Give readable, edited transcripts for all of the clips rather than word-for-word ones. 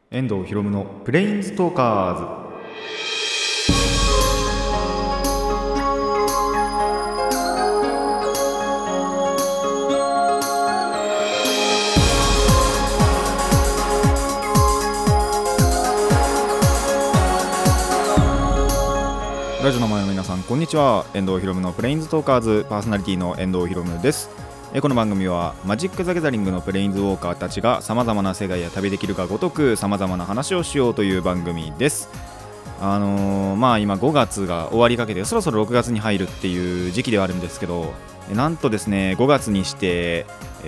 遠藤ひろむのプレインストーカーズ。ラジオの前の皆さんこんにちは。遠藤ひろむのプレインストーカーズパーソナリティの遠藤ひろむです。この番組はマジック・ザ・ギャザリングのプレインズウォーカーたちがさまざまな世界へ旅できるがごとくさまざまな話をしようという番組です。今5月が終わりかけてそろそろ6月に入るっていう時期ではあるんですけど、なんとですね5月にして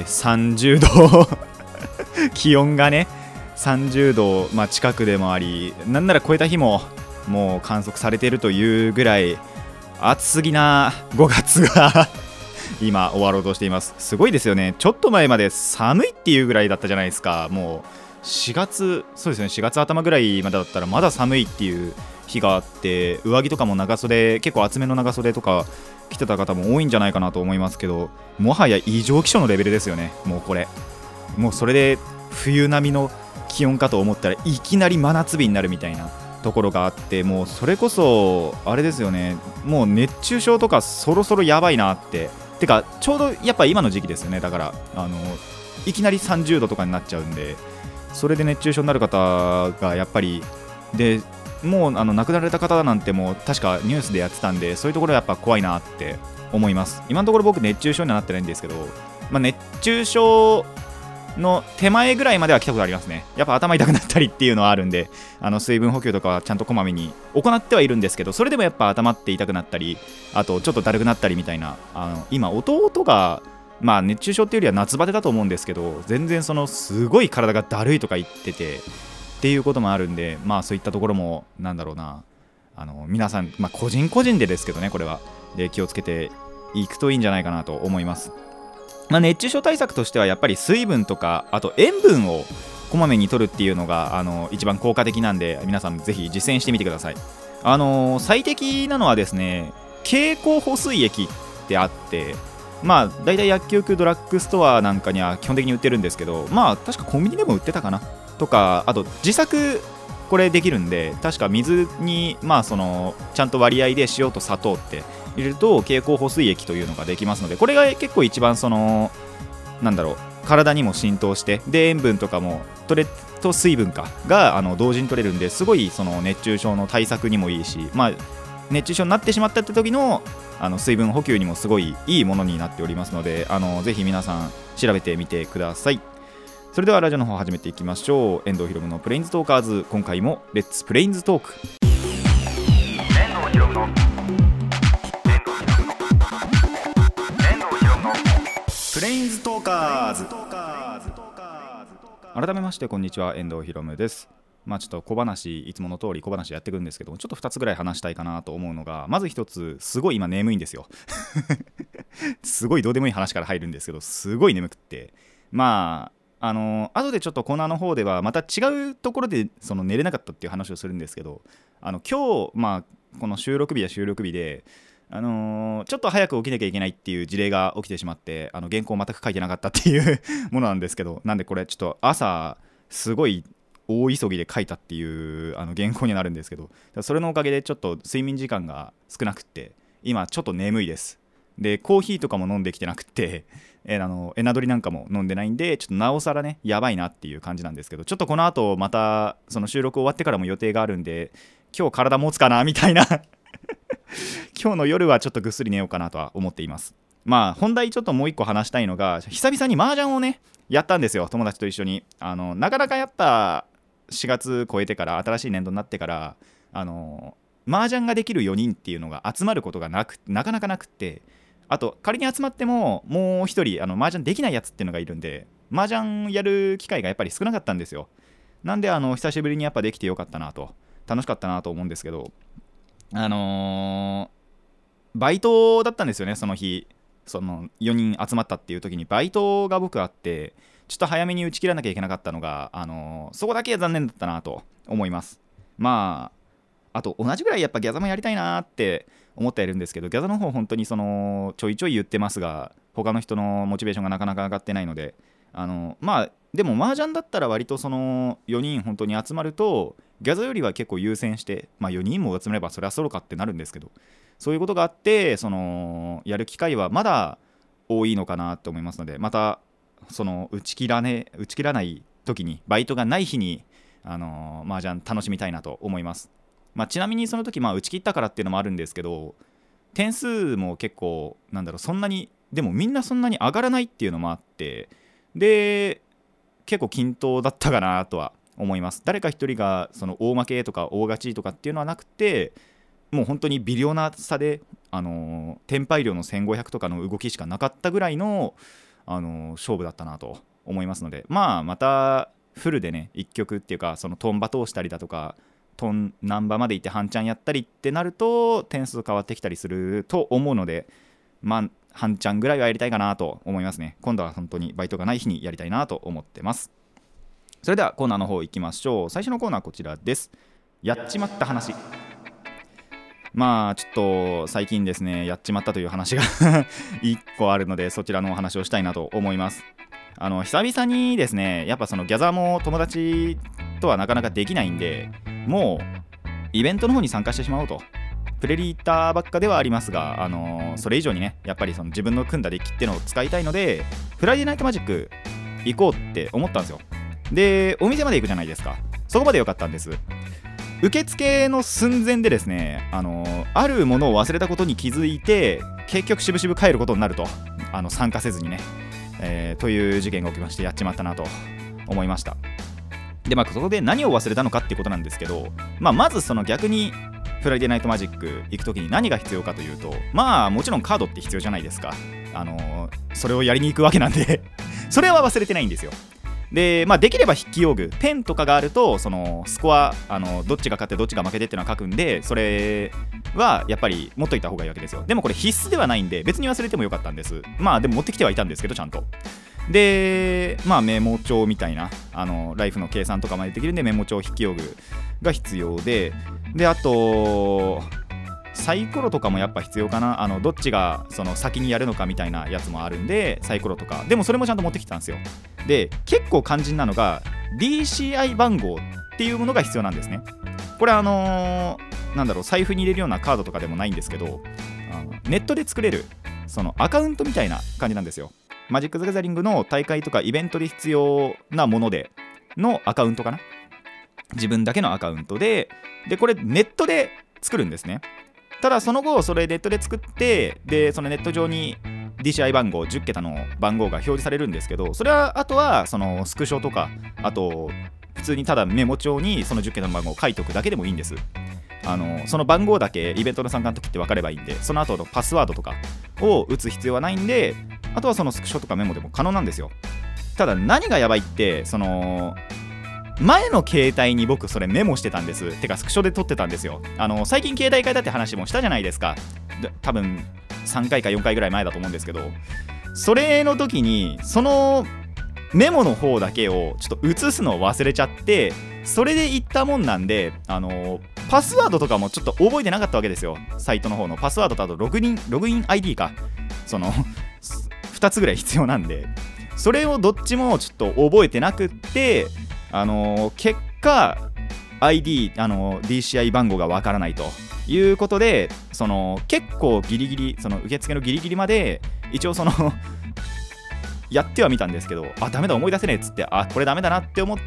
30度気温がね30度、近くでもあり、なんなら超えた日ももう観測されているというぐらい暑すぎな5月が今終わろうとしています。すごいですよね。ちょっと前まで寒いっていうぐらいだったじゃないですか。もう4月、そうですね、4月頭ぐらいまでだったらまだ寒いっていう日があって、上着とかも長袖、結構厚めの長袖とか着てた方も多いんじゃないかなと思いますけど、もはや異常気象のレベルですよね。もうこれもうそれで冬並みの気温かと思ったらいきなり真夏日になるみたいなところがあって、もうそれこそあれですよね、もう熱中症とかそろそろやばいなっててか、ちょうどやっぱ今の時期ですよね。だからいきなり30度とかになっちゃうんで、それで熱中症になる方がやっぱりで、もう亡くなられた方なんてもう確かニュースでやってたんで、そういうところやっぱ怖いなって思います。今のところ僕熱中症にはなってないんですけど、熱中症の手前ぐらいまでは来たことありますね。やっぱ頭痛くなったりっていうのはあるんで、水分補給とかはちゃんとこまめに行ってはいるんですけど、それでもやっぱ頭って痛くなったり、あとちょっとだるくなったりみたいな、今弟が熱中症っていうよりは夏バテだと思うんですけど、全然すごい体がだるいとか言っててっていうこともあるんで、そういったところもなんだろうな、皆さん、個人個人でですけどね、これはで気をつけていくといいんじゃないかなと思います。熱中症対策としてはやっぱり水分とか、あと塩分をこまめに摂るっていうのが一番効果的なんで、皆さんぜひ実践してみてください。最適なのはですね、経口補水液ってあって、だいたい薬局ドラッグストアなんかには基本的に売ってるんですけど、確かコンビニでも売ってたかなとか、あと自作これできるんで、確か水にちゃんと割合で塩と砂糖って入れると経口補水液というのができますので、これが結構一番体にも浸透して、で塩分とかも取れと水分かが同時に取れるんで、すごい熱中症の対策にもいいし、熱中症になってしまったって時の水分補給にもすごいいいものになっておりますので、ぜひ皆さん調べてみてください。それではラジオの方始めていきましょう。遠藤ひろむのプレインズトーカーズ、今回もレッツプレインズトーク。遠藤ひろむのプレインズトーカーズ。改めましてこんにちは、遠藤ひろむです。ちょっと小話、いつもの通り小話やっていくんですけども、ちょっと2つぐらい話したいかなと思うのが、まず1つ、すごい今眠いんですよすごいどうでもいい話から入るんですけど、すごい眠くって、後でちょっとコーナーの方ではまた違うところで寝れなかったっていう話をするんですけど、今日、この収録日でちょっと早く起きなきゃいけないっていう事例が起きてしまって、原稿を全く書いてなかったっていうものなんですけど、なんでこれちょっと朝すごい大急ぎで書いたっていう原稿になるんですけど、それのおかげでちょっと睡眠時間が少なくって今ちょっと眠いです。でコーヒーとかも飲んできてなくて、エナドリなんかも飲んでないんで、ちょっとなおさらねやばいなっていう感じなんですけど、ちょっとこの後またその収録終わってからも予定があるんで、今日体持つかなみたいな今日の夜はちょっとぐっすり寝ようかなとは思っています。本題ちょっともう一個話したいのが、久々に麻雀をねやったんですよ、友達と一緒に。なかなかやっぱ4月超えてから、新しい年度になってから麻雀ができる4人っていうのが集まることがなかなかなくって、あと仮に集まってももう一人麻雀できないやつっていうのがいるんで、麻雀やる機会がやっぱり少なかったんですよ。なんで久しぶりにやっぱできてよかったなと、楽しかったなと思うんですけど、バイトだったんですよね、その日。その4人集まったっていう時にバイトが僕あって、ちょっと早めに打ち切らなきゃいけなかったのが、そこだけ残念だったなと思います。あと同じぐらいやっぱギャザもやりたいなって思っているんですけど、ギャザの方本当にちょいちょい言ってますが、他の人のモチベーションがなかなか上がってないので、 でも麻雀だったら割とその4人本当に集まるとギャザよりは結構優先して、4人も集まればそれはソロかってなるんですけど、そういうことがあってそのやる機会はまだ多いのかなと思いますので、またその打ち切らない時にバイトがない日に麻雀楽しみたいなと思います。ちなみにその時打ち切ったからっていうのもあるんですけど、点数も結構そんなにでもみんなそんなに上がらないっていうのもあって、で結構均等だったかなとは思います。誰か一人がその大負けとか大勝ちとかっていうのはなくて、もう本当に微量な差で転敗量の1500とかの動きしかなかったぐらいの勝負だったなと思いますので、またフルでね1曲っていうかそのトンバ通したりだとかトンナンバまで行って半チャンやったりってなると点数変わってきたりすると思うので、半チャンぐらいはやりたいかなと思いますね。今度は本当にバイトがない日にやりたいなと思ってます。それではコーナーの方行きましょう。最初のコーナーこちらです。やっちまった話。ちょっと最近ですねやっちまったという話が1個あるので、そちらのお話をしたいなと思います。久々にですねやっぱそのギャザーも友達とはなかなかできないんで、もうイベントの方に参加してしまおうと。プレリーターばっかではありますが、それ以上にねやっぱりその自分の組んだデッキってのを使いたいので、フライデーナイトマジック行こうって思ったんですよ。でお店まで行くじゃないですか。そこまで良かったんです。受付の寸前でですねあるものを忘れたことに気づいて、結局しぶしぶ帰ることになると、参加せずにね、という事件が起きまして、やっちまったなと思いました。でそこで何を忘れたのかっていうことなんですけど、まずその逆にフライデーナイトマジック行くときに何が必要かというと、もちろんカードって必要じゃないですか。それをやりに行くわけなんでそれは忘れてないんですよ。でできれば筆記用具ペンとかがあると、そのスコアどっちが勝ってどっちが負けてっていうのは書くんで、それはやっぱり持っといた方がいいわけですよ。でもこれ必須ではないんで別に忘れてもよかったんです。でも持ってきてはいたんですけどちゃんと。でメモ帳みたいなライフの計算とかまでできるんで、メモ帳筆記用具が必要で、あとサイコロとかもやっぱ必要かな。どっちがその先にやるのかみたいなやつもあるんで、サイコロとかでもそれもちゃんと持ってきてたんですよ。で結構肝心なのが DCI 番号っていうものが必要なんですね。これ財布に入れるようなカードとかでもないんですけど、ネットで作れるそのアカウントみたいな感じなんですよ。マジック・ザ・ギャザリングの大会とかイベントで必要なものでのアカウントかな。自分だけのアカウントでこれネットで作るんですね。ただその後それネットで作って、でそのネット上に DCI 番号10桁の番号が表示されるんですけど、それはあとはそのスクショとか、あと普通にただメモ帳にその10桁の番号を書いておくだけでもいいんです。その番号だけイベントの参加の時って分かればいいんで、その後のパスワードとかを打つ必要はないんで、あとはそのスクショとかメモでも可能なんですよ。ただ何がやばいって、その前の携帯に僕それメモしてたんです。てかスクショで撮ってたんですよ。最近携帯変えたって話もしたじゃないですか。多分3回か4回ぐらい前だと思うんですけど、それの時にそのメモの方だけをちょっと写すのを忘れちゃって、それで言ったもんなんでパスワードとかもちょっと覚えてなかったわけですよ。サイトの方のパスワードとあとログイン ID か、その2つぐらい必要なんで、それをどっちもちょっと覚えてなくって、結果 DCI 番号がわからないということで、その結構ギリギリ、その受付のギリギリまで一応そのやってはみたんですけど、ダメだ思い出せねえっつって、これダメだなって思って、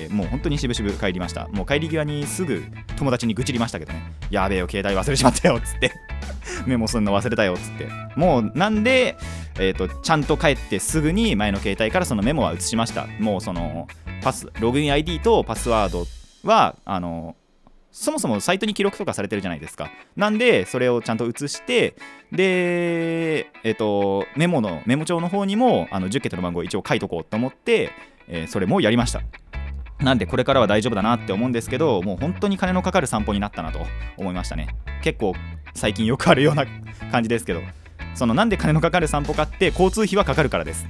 もう本当にしぶしぶ帰りました。もう帰り際にすぐ友達に愚痴りましたけどね、やべえよ携帯忘れちまったよっつってメモすんの忘れたよっつって、もうなんで、ちゃんと帰ってすぐに前の携帯からそのメモは移しました。もうそのログイン ID とパスワードはそもそもサイトに記録とかされてるじゃないですか。なんでそれをちゃんと移して、でメモ帳の方にも10桁の番号を一応書いとこうと思って、それもやりました。なんでこれからは大丈夫だなって思うんですけど、もう本当に金のかかる散歩になったなと思いましたね。結構最近よくあるような感じですけど、そのなんで金のかかる散歩かって交通費はかかるからです。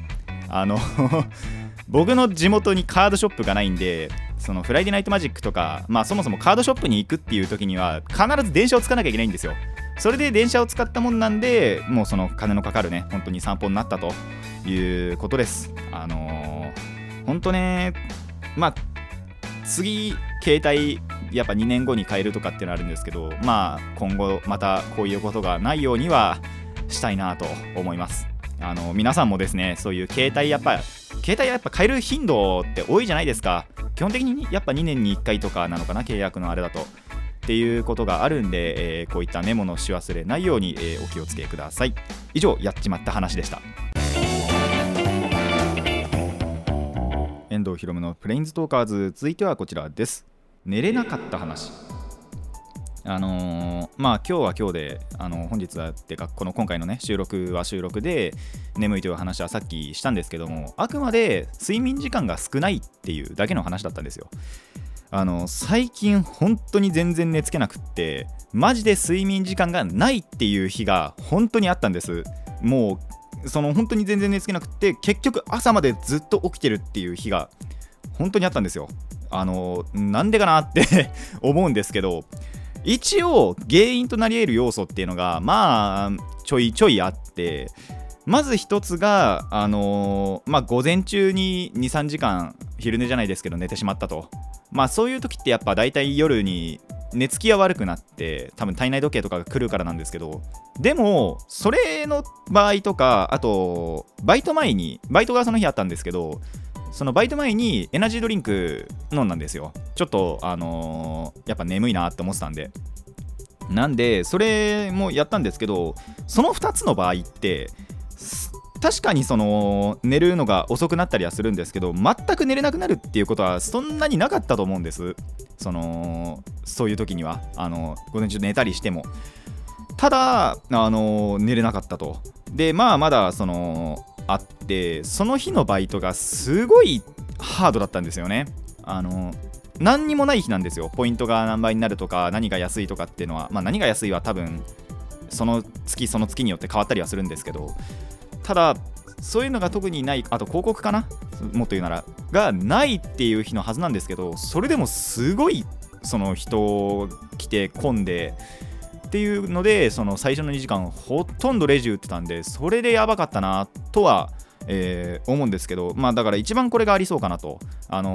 僕の地元にカードショップがないんで、そのフライデーナイトマジックとか、そもそもカードショップに行くっていう時には必ず電車を使わなきゃいけないんですよ。それで電車を使ったもんなんで、もうその金のかかるね本当に散歩になったということです。 ほんとね、まあ次携帯やっぱ2年後に変えるとかっていうのあるんですけど、まあ今後またこういうことがないようにはしたいなと思います。皆さんもですね、そういう携帯やっぱ変える頻度って多いじゃないですか。基本的にやっぱ2年に1回とかなのかな、契約のあれだとっていうことがあるんで、こういったメモのし忘れないように、お気をつけください。以上、やっちまった話でした。遠藤ひろむのプレインズトーカーズ、続いてはこちらです。寝れなかった話。まあ今日は今日で本日はってか今回のね収録は収録で眠いという話はさっきしたんですけども、あくまで睡眠時間が少ないっていうだけの話だったんですよ。最近本当に全然寝つけなくって、マジで睡眠時間がないっていう日が本当にあったんです。もう本当に全然寝つけなくって、結局朝までずっと起きてるっていう日が本当にあったんですよ。なんでかなって思うんですけど、一応原因となり得る要素っていうのがまあちょいちょいあって、まず一つが午前中に 2,3 時間昼寝じゃないですけど寝てしまったと。そういう時ってやっぱだいたい夜に寝つきが悪くなって、多分体内時計とかが来るからなんですけど、でもそれの場合とか、あとバイトがその日あったんですけど、そのバイト前にエナジードリンク飲んだんですよ。ちょっとやっぱ眠いなって思ってたんで、なんでそれもやったんですけど、その2つの場合って確かに寝るのが遅くなったりはするんですけど、全く寝れなくなるっていうことはそんなになかったと思うんです。そういう時には午前中寝たりしても、ただ寝れなかったと。でまだあって、その日のバイトがすごいハードだったんですよね。何にもない日なんですよ。ポイントが何倍になるとか何が安いとかっていうのは、何が安いは多分その月によって変わったりはするんですけど、ただそういうのが特にない、あと広告かな、もっと言うならがないっていう日のはずなんですけど、それでもすごい人来て混んでっていうので、最初の2時間ほとんどレジ打ってたんで、それでやばかったなとは、思うんですけど、だから一番これがありそうかなと。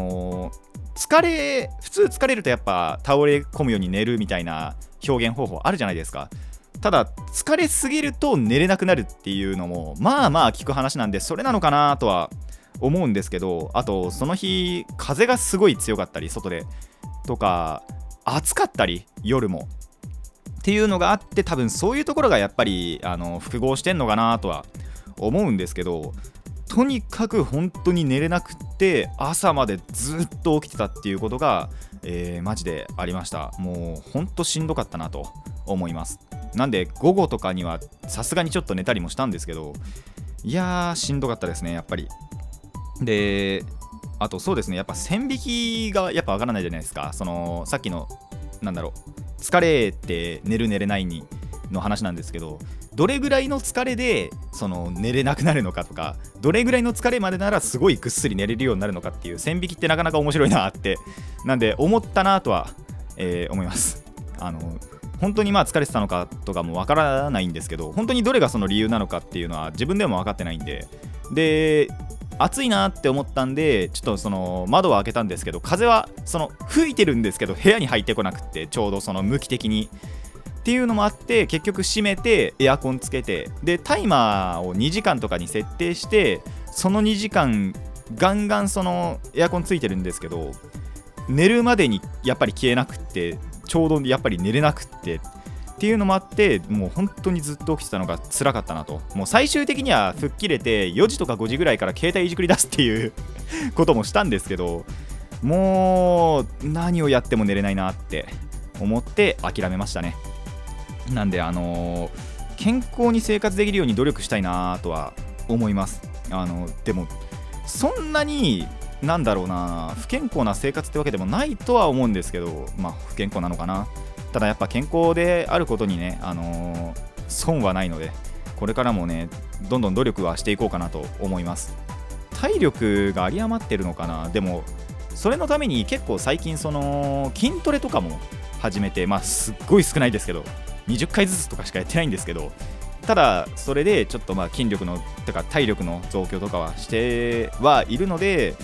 普通疲れるとやっぱ倒れ込むように寝るみたいな表現方法あるじゃないですか。ただ疲れすぎると寝れなくなるっていうのも聞く話なんで、それなのかなとは思うんですけど、あとその日風がすごい強かったり外でとか、暑かったり夜もっていうのがあって、多分そういうところがやっぱり複合してんのかなとは思うんですけど、とにかく本当に寝れなくって朝までずっと起きてたっていうことが、マジでありました。もう本当しんどかったなと思います。なんで午後とかにはさすがにちょっと寝たりもしたんですけど、いやーしんどかったですねやっぱり。であとそうですね、やっぱ線引きがやっぱわからないじゃないですか。さっきの疲れて寝る寝れないの話なんですけど、どれぐらいの疲れで寝れなくなるのかとか、どれぐらいの疲れまでならすごいぐっすり寝れるようになるのかっていう線引きってなかなか面白いなってなんで思ったなとは、思います。本当に疲れてたのかとかもわからないんですけど、本当にどれがその理由なのかっていうのは自分でも分かってないんで、暑いなって思ったんでちょっと窓を開けたんですけど、風は吹いてるんですけど部屋に入ってこなくって、ちょうど向き的にっていうのもあって、結局閉めてエアコンつけて、でタイマーを2時間とかに設定して、その2時間ガンガンエアコンついてるんですけど、寝るまでにやっぱり消えなくって、ちょうどやっぱり寝れなくってっていうのもあって、もう本当にずっと起きてたのが辛かったなと。もう最終的には吹っ切れて4時とか5時ぐらいから携帯いじくり出すっていうこともしたんですけど、もう何をやっても寝れないなって思って諦めましたね。なんで健康に生活できるように努力したいなとは思います。でもそんなに不健康な生活ってわけでもないとは思うんですけど、不健康なのかな。ただやっぱ健康であることにね、損はないので、これからもねどんどん努力はしていこうかなと思います。体力が有り余ってるのかな。でもそれのために結構最近筋トレとかも始めて、すっごい少ないですけど20回ずつとかしかやってないんですけど、ただそれでちょっと筋力のとか体力の増強とかはしてはいるので、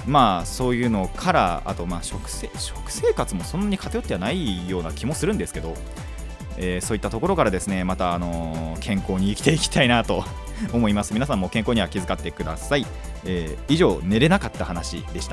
まあそういうのから、あとまあ食生活もそんなに偏ってはないような気もするんですけど、そういったところからですね、また健康に生きていきたいなと思います。皆さんも健康には気遣ってください。以上、寝れなかった話でした。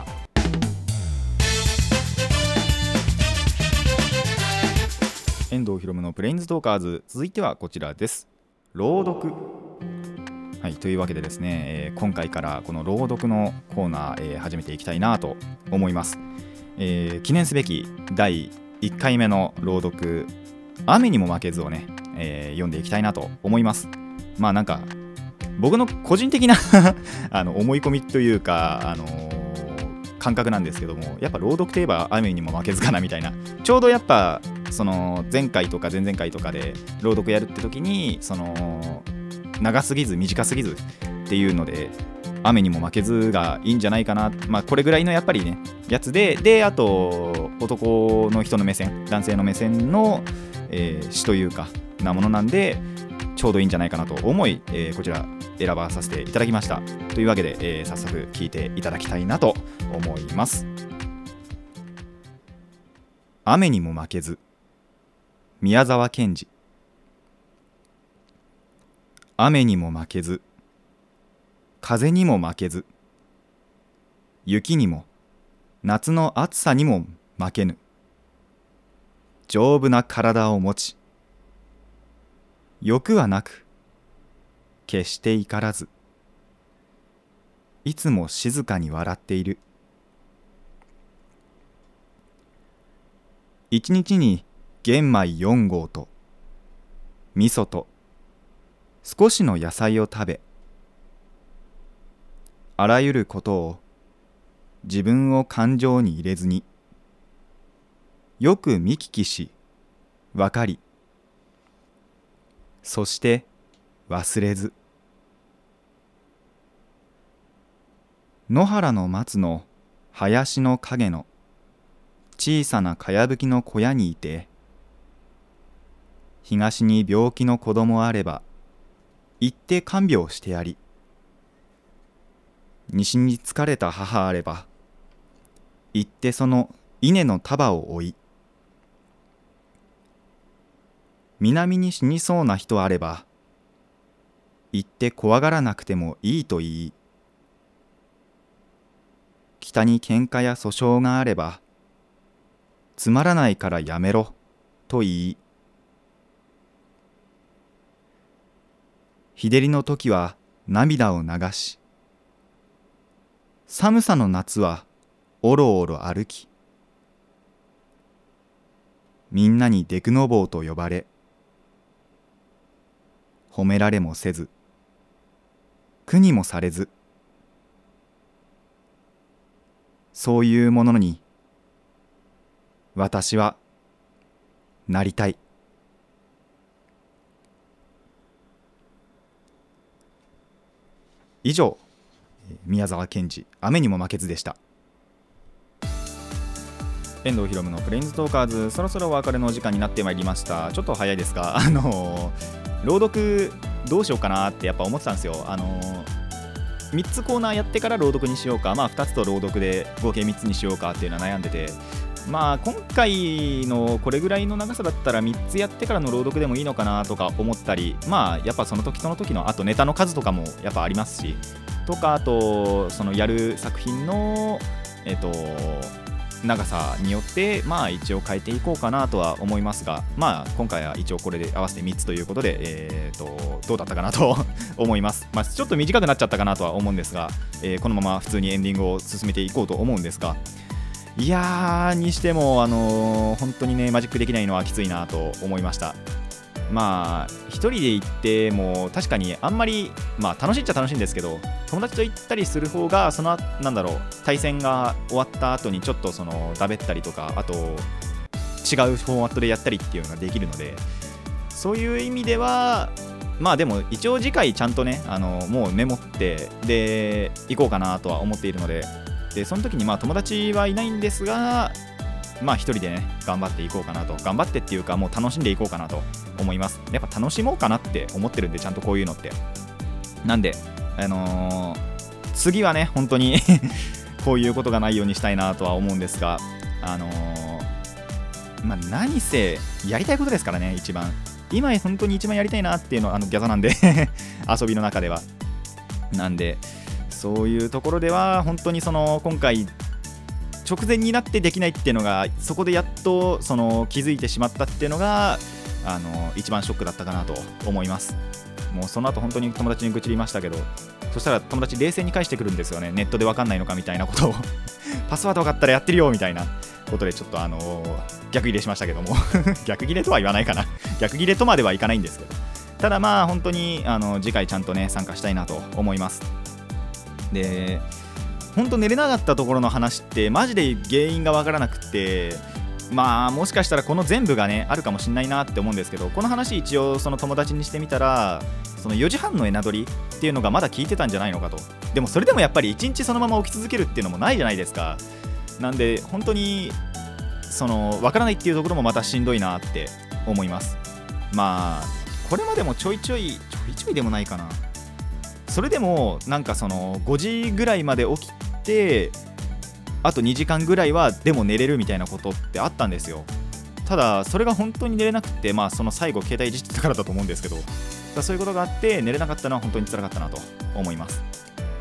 遠藤ひろむのプレインズトーカーズ、続いてはこちらです。朗読。はい、というわけでですね、今回からこの朗読のコーナー、始めていきたいなと思います。記念すべき第1回目の朗読、雨にも負けずをね、読んでいきたいなと思います。まあなんか僕の個人的な思い込みというか、感覚なんですけども、やっぱ朗読といえば雨にも負けずかなみたいな。ちょうどやっぱその前回とか前々回とかで朗読やるって時に、その長すぎず短すぎずっていうので、雨にも負けずがいいんじゃないかな。まあこれぐらいのやっぱりねやつで、あと男の人の目線、男性の目線の、詩というかなものなんで、ちょうどいいんじゃないかなと思い、こちら選ばさせていただきました。というわけで、早速聞いていただきたいなと思います。雨にも負けず、宮沢賢治。雨にも負けず、風にも負けず、雪にも夏の暑さにも負けぬ。丈夫な体を持ち、欲はなく、決して怒らず、いつも静かに笑っている。一日に玄米4合と味噌と少しの野菜を食べ、あらゆることを自分を感情に入れずに、よく見聞きし、わかり、そして忘れず。野原の松の林の陰の小さなかやぶきの小屋にいて、東に病気の子供あれば行って看病してやり、西に疲れた母あれば行ってその稲の束を追い、南に死にそうな人あれば行って怖がらなくてもいいと言い、北に喧嘩や訴訟があればつまらないからやめろと言い、日照りの時は涙を流し、寒さの夏はおろおろ歩き、みんなにデクノボーと呼ばれ、褒められもせず、苦にもされず、そういうものに私はなりたい。以上、宮沢賢治、雨にも負けずでした。遠藤ひろむのプレインズトーカーズ、そろそろお別れのお時間になってまいりました。ちょっと早いですが、朗読どうしようかなってやっぱ思ってたんですよ。3つコーナーやってから朗読にしようか、まあ2つと朗読で合計3つにしようかっていうのは悩んでて、まあ今回のこれぐらいの長さだったら3つやってからの朗読でもいいのかなとか思ったり、まあやっぱその時その時のあとネタの数とかもやっぱありますし、とか、あとそのやる作品の長さによってまあ一応変えていこうかなとは思いますが、まあ今回は一応これで合わせて3つということで、どうだったかなと思います。まあちょっと短くなっちゃったかなとは思うんですが、このまま普通にエンディングを進めていこうと思うんですが、いやーにしても本当にねマジックできないのはきついなと思いました。まあ一人で行っても確かにあんまり、まあ楽しいっちゃ楽しいんですけど、友達と行ったりする方がそのなんだろう、対戦が終わった後にちょっとそのだべったりとか、あと違うフォーマットでやったりっていうのができるので、そういう意味ではまあでも一応次回ちゃんとねもうメモってで行こうかなとは思っているので、その時にまあ友達はいないんですが、まあ一人でね頑張っていこうかなと、頑張ってっていうかもう楽しんでいこうかなと思います。やっぱ楽しもうかなって思ってるんで、ちゃんとこういうのってなんで次はね本当にこういうことがないようにしたいなとは思うんですが、何せやりたいことですからね。今本当に一番やりたいなっていうのはギャザなんで遊びの中ではなんで、そういうところでは本当に今回直前になってできないっていうのが、そこでやっと気づいてしまったっていうのが一番ショックだったかなと思います。もうその後本当に友達に愚痴りましたけど、そしたら友達冷静に返してくるんですよね。ネットで分かんないのかみたいなことをパスワード分かったらやってるよみたいなことで、ちょっと逆ギレしましたけども逆ギレとは言わないかな逆ギレとまではいかないんですけど、ただ本当に次回ちゃんとね参加したいなと思います。で、本当寝れなかったところの話ってマジで原因が分からなくって、もしかしたらこの全部がねあるかもしれないなって思うんですけど、この話一応その友達にしてみたら、その4時半のエナドリっていうのがまだ効いてたんじゃないのかと。でもそれでもやっぱり1日そのまま起き続けるっていうのもないじゃないですか。なんで本当に分からないっていうところもまたしんどいなって思います。これまでもちょいちょいでもないかな。それでも5時ぐらいまで起きて、あと2時間ぐらいはでも寝れるみたいなことってあったんですよ。ただそれが本当に寝れなくて、その最後携帯いじってたからだと思うんですけど、そういうことがあって寝れなかったのは本当に辛かったなと思います。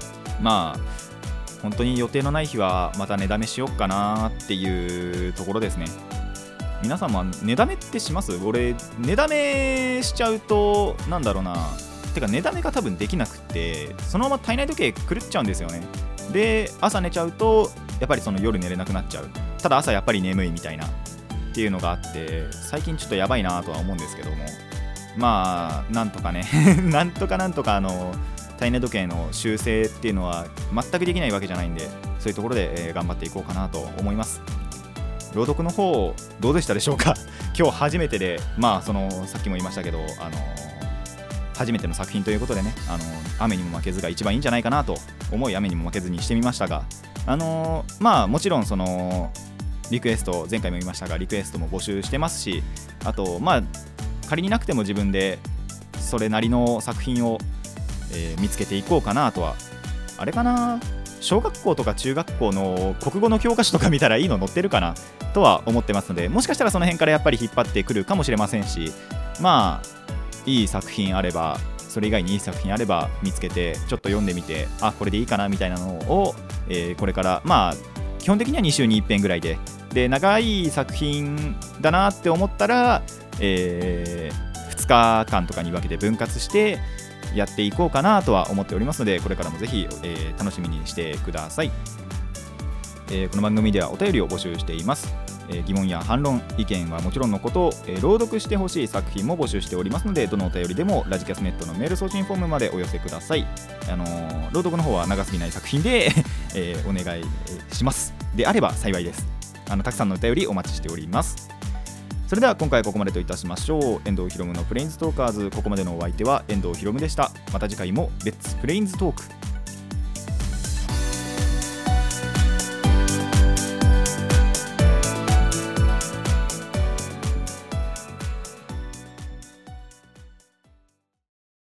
本当に予定のない日はまた寝だめしよっかなっていうところですね。皆さんも寝だめってします？俺寝だめしちゃうと寝だめが多分できなくて、そのまま体内時計狂っちゃうんですよね。で朝寝ちゃうとやっぱり夜寝れなくなっちゃう。ただ朝やっぱり眠いみたいなっていうのがあって、最近ちょっとやばいなとは思うんですけども、なんとかねなんとか体内時計の修正っていうのは全くできないわけじゃないんで、そういうところで、頑張っていこうかなと思います。朗読の方どうでしたでしょうか今日初めてで、さっきも言いましたけど、初めての作品ということでね、雨にも負けずが一番いいんじゃないかなと思い、雨にも負けずにしてみましたが、もちろんリクエスト、前回も言いましたがリクエストも募集してますし、あと仮になくても自分でそれなりの作品を、見つけていこうかなとは。あれかな、小学校とか中学校の国語の教科書とか見たらいいの載ってるかなとは思ってますので、もしかしたらその辺からやっぱり引っ張ってくるかもしれませんし、いい作品あれば、それ以外にいい作品あれば見つけてちょっと読んでみて、これでいいかなみたいなのを、これから基本的には2週に1遍ぐらいで長い作品だなって思ったら、2日間とかに分けて分割してやっていこうかなとは思っておりますので、これからもぜひ、楽しみにしてください。この番組ではお便りを募集しています。疑問や反論、意見はもちろんのこと、朗読してほしい作品も募集しておりますので、どのお便りでもラジキャスネットのメール送信フォームまでお寄せください。朗読の方は長すぎない作品で、お願いします。であれば幸いです。たくさんのお便りお待ちしております。それでは今回ここまでといたしましょう。遠藤ひろむのプレインズトーカーズ、ここまでのお相手は遠藤ひろむでした。また次回もレッツプレインズトーク。